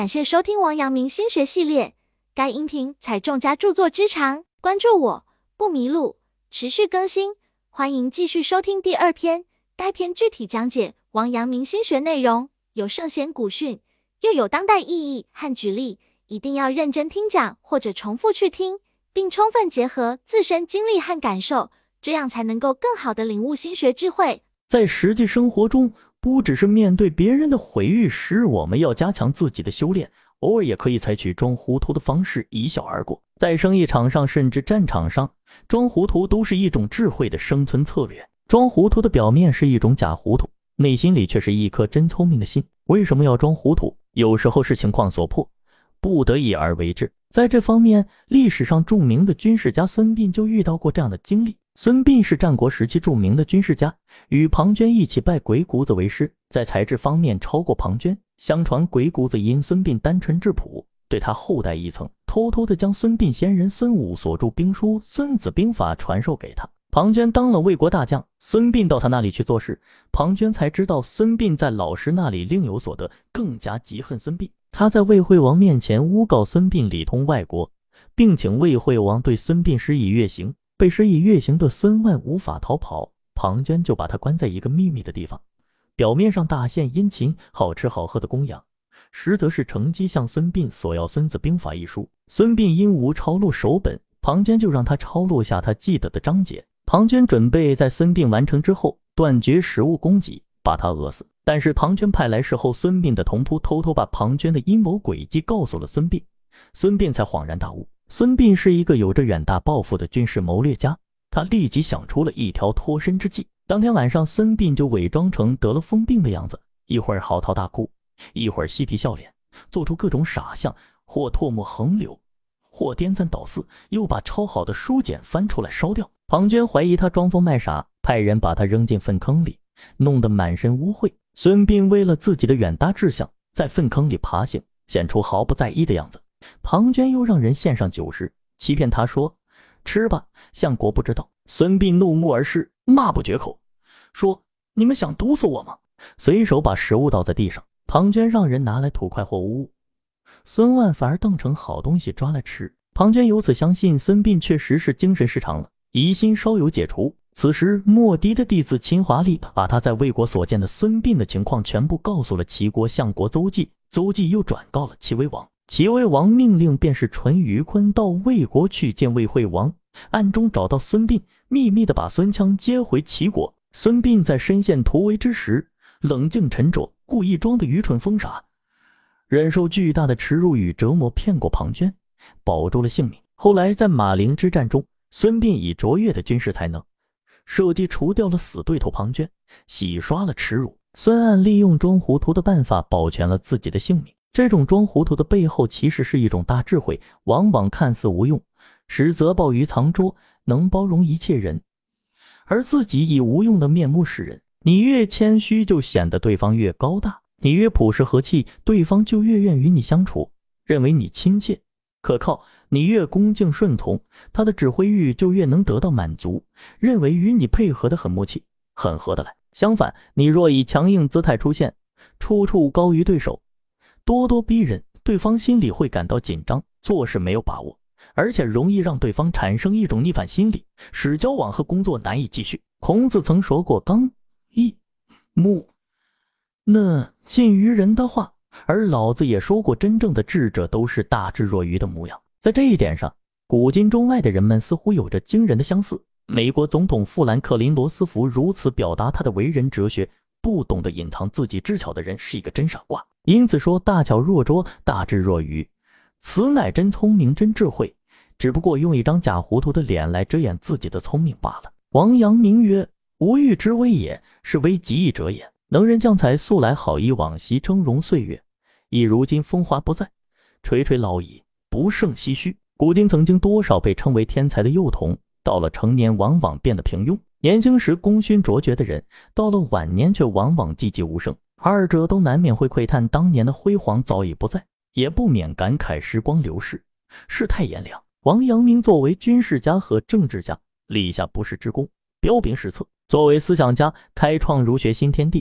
感谢收听王阳明心学系列，该音频采众家著作之长，关注我不迷路，持续更新，欢迎继续收听第2篇。该篇具体讲解王阳明心学内容，有圣贤古训，又有当代意义和举例，一定要认真听讲或者重复去听，并充分结合自身经历和感受，这样才能够更好地领悟心学智慧。 在实际生活中，不只是面对别人的毁誉时，我们要加强自己的修炼，偶尔也可以采取装糊涂的方式一笑而过。在生意场上甚至战场上，装糊涂都是一种智慧的生存策略。装糊涂的表面是一种假糊涂，内心里却是一颗真聪明的心。为什么要装糊涂？有时候是情况所迫，不得已而为之。在这方面，历史上著名的军事家孙膑就遇到过这样的经历。孙膑是战国时期著名的军事家，与庞涓一起拜鬼谷子为师，在才智方面超过庞涓。相传鬼谷子因孙膑单纯质朴，对他厚待一层，偷偷地将孙膑先人孙武所著兵书《孙子兵法》传授给他。庞涓当了魏国大将，孙膑到他那里去做事，庞涓才知道孙膑在老师那里另有所得，更加嫉恨孙膑。他在魏惠王面前诬告孙膑里通外国，并请魏惠王对孙膑施以月刑。被施以月刑的孙万无法逃跑，庞涓就把他关在一个秘密的地方，表面上大献殷勤，好吃好喝的供养，实则是乘机向孙膑索要《孙子兵法》一书。孙膑因无抄录手本，庞涓就让他抄录下他记得的章节。庞涓准备在孙膑完成之后断绝食物供给，把他饿死。但是庞涓派来侍候孙膑的同仆偷偷把庞涓的阴谋诡计告诉了孙膑，孙膑才恍然大悟。孙膑是一个有着远大抱负的军事谋略家，他立即想出了一条脱身之计。当天晚上，孙膑就伪装成得了疯病的样子，一会儿嚎啕大哭，一会儿嬉皮笑脸，做出各种傻相，或唾沫横流，或颠三倒四，又把抄好的书简翻出来烧掉。庞涓怀疑他装疯卖傻，派人把他扔进粪坑里，弄得满身污秽。孙膑为了自己的远大志向，在粪坑里爬行，显出毫不在意的样子。庞涓又让人献上酒食，欺骗他说吃吧，相国不知道。孙膑怒目而视，骂不绝口，说你们想毒死我吗？随手把食物倒在地上。庞涓让人拿来土块或污物，孙万反而当成好东西抓来吃。庞涓由此相信孙膑确实是精神失常了，疑心稍有解除。此时莫迪的弟子秦华丽把他在魏国所见的孙膑的情况全部告诉了齐国相国邹忌，邹忌又转告了齐威王。齐威王命令便是淳于髡到魏国去见魏惠王，暗中找到孙膑，秘密地把孙羌接回齐国。孙膑在身陷突围之时，冷静沉着，故意装得愚蠢疯傻，忍受巨大的耻辱与折磨，骗过庞涓，保住了性命。后来在马陵之战中，孙膑以卓越的军事才能，设计除掉了死对头庞涓，洗刷了耻辱。孙岸利用装糊涂的办法保全了自己的性命。这种装糊涂的背后其实是一种大智慧，往往看似无用，实则抱于藏拙，能包容一切人，而自己以无用的面目示人。你越谦虚，就显得对方越高大；你越朴实和气，对方就越愿与你相处，认为你亲切可靠。你越恭敬顺从，他的指挥欲就越能得到满足，认为与你配合得很默契，很合得来。相反，你若以强硬姿态出现，处处高于对手，咄咄逼人，对方心里会感到紧张，做事没有把握，而且容易让对方产生一种逆反心理，使交往和工作难以继续。孔子曾说过刚毅木讷近于人的话，而老子也说过真正的智者都是大智若愚的模样。在这一点上，古今中外的人们似乎有着惊人的相似。美国总统富兰克林·罗斯福如此表达他的为人哲学，不懂得隐藏自己智巧的人是一个真傻瓜。因此说大巧若拙，大智若愚，此乃真聪明真智慧，只不过用一张假糊涂的脸来遮掩自己的聪明罢了。王阳明曰：无欲之为也，是为极易者也。能人将才素来好以往昔峥嵘岁月，亦如今风华不再，垂垂老矣，不胜唏嘘。古今曾经多少被称为天才的幼童，到了成年往往变得平庸；年轻时功勋卓绝的人，到了晚年却往往寂寂无声。二者都难免会窥探当年的辉煌早已不在，也不免感慨时光流逝，世态炎凉。王阳明作为军事家和政治家，立下不世之功，彪炳史册；作为思想家，开创儒学新天地，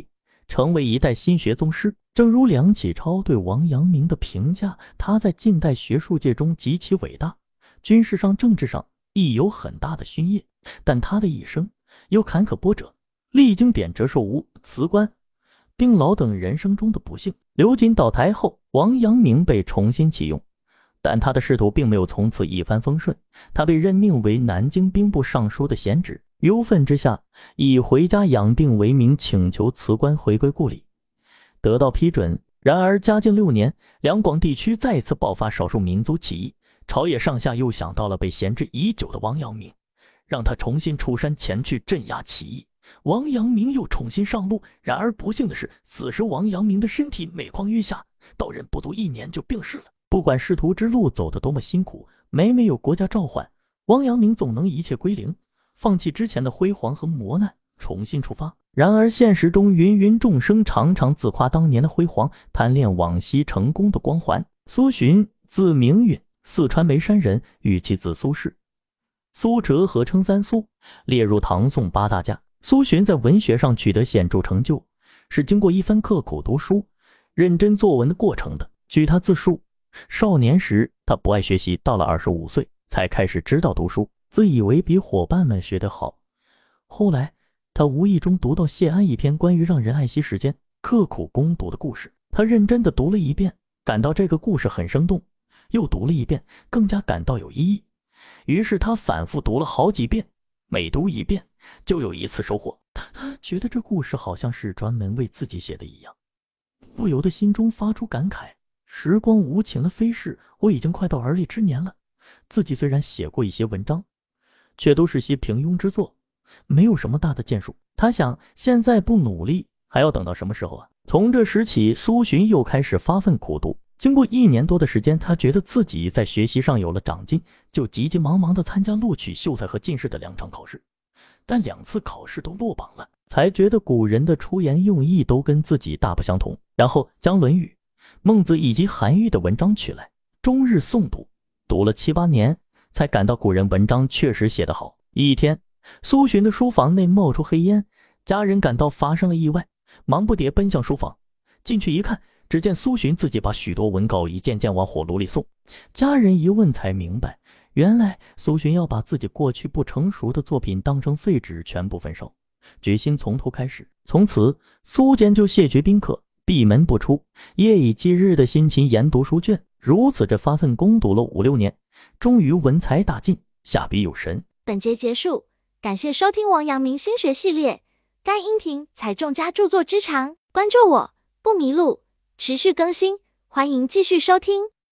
成为一代新学宗师。正如梁启超对王阳明的评价，他在近代学术界中极其伟大，军事上、政治上亦有很大的勋业，但他的一生有坎坷波折，历经贬谪受侮、辞官、病老等人生中的不幸。刘瑾倒台后，王阳明被重新启用，但他的仕途并没有从此一帆风顺。他被任命为南京兵部尚书的闲职，忧愤之下，以回家养病为名请求辞官回归故里，得到批准。然而嘉靖6年，两广地区再次爆发少数民族起义，朝野上下又想到了被闲置已久的王阳明，让他重新出山前去镇压起义。王阳明又重新上路，然而不幸的是，此时王阳明的身体每况愈下，到任不足1年就病逝了。不管仕途之路走得多么辛苦，每每有国家召唤，王阳明总能一切归零，放弃之前的辉煌和磨难，重新出发。然而现实中芸芸众生常常自夸当年的辉煌，贪恋往昔成功的光环。苏洵字明允，四川眉山人，与其子苏轼、苏辙合称三苏，列入唐宋8大家。苏洵在文学上取得显著成就，是经过一番刻苦读书、认真作文的过程的。据他自述，少年时他不爱学习，到了25岁才开始知道读书，自以为比伙伴们学得好。后来他无意中读到谢安一篇关于让人爱惜时间、刻苦攻读的故事，他认真地读了一遍，感到这个故事很生动，又读了一遍，更加感到有意义。于是他反复读了好几遍，每读一遍就有一次收获。他觉得这故事好像是专门为自己写的一样，不由得心中发出感慨：时光无情的飞逝，我已经快到而立之年了。自己虽然写过一些文章，却都是些平庸之作，没有什么大的建树。他想，现在不努力，还要等到什么时候啊？从这时起，苏洵又开始发奋苦读。经过1年多的时间，他觉得自己在学习上有了长进，就急急忙忙地参加录取秀才和进士的2场考试，但2次考试都落榜了，才觉得古人的出言用意都跟自己大不相同。然后将《论语》、孟子以及韩愈的文章取来，终日诵读，读了7、8年，才感到古人文章确实写得好。一天，苏洵的书房内冒出黑烟，家人感到发生了意外，忙不迭奔向书房。进去一看，只见苏洵自己把许多文稿一件件往火炉里送。家人一问才明白，原来苏洵要把自己过去不成熟的作品当成废纸全部焚烧，决心从头开始。从此苏简就谢绝宾客，闭门不出，夜以继日的辛勤研读书卷。如此这发奋攻读了5、6年，终于文才大进，下笔有神。 本节结束，感谢收听王阳明心学系列。该音频采众家著作之长，关注我不迷路，持续更新，欢迎继续收听。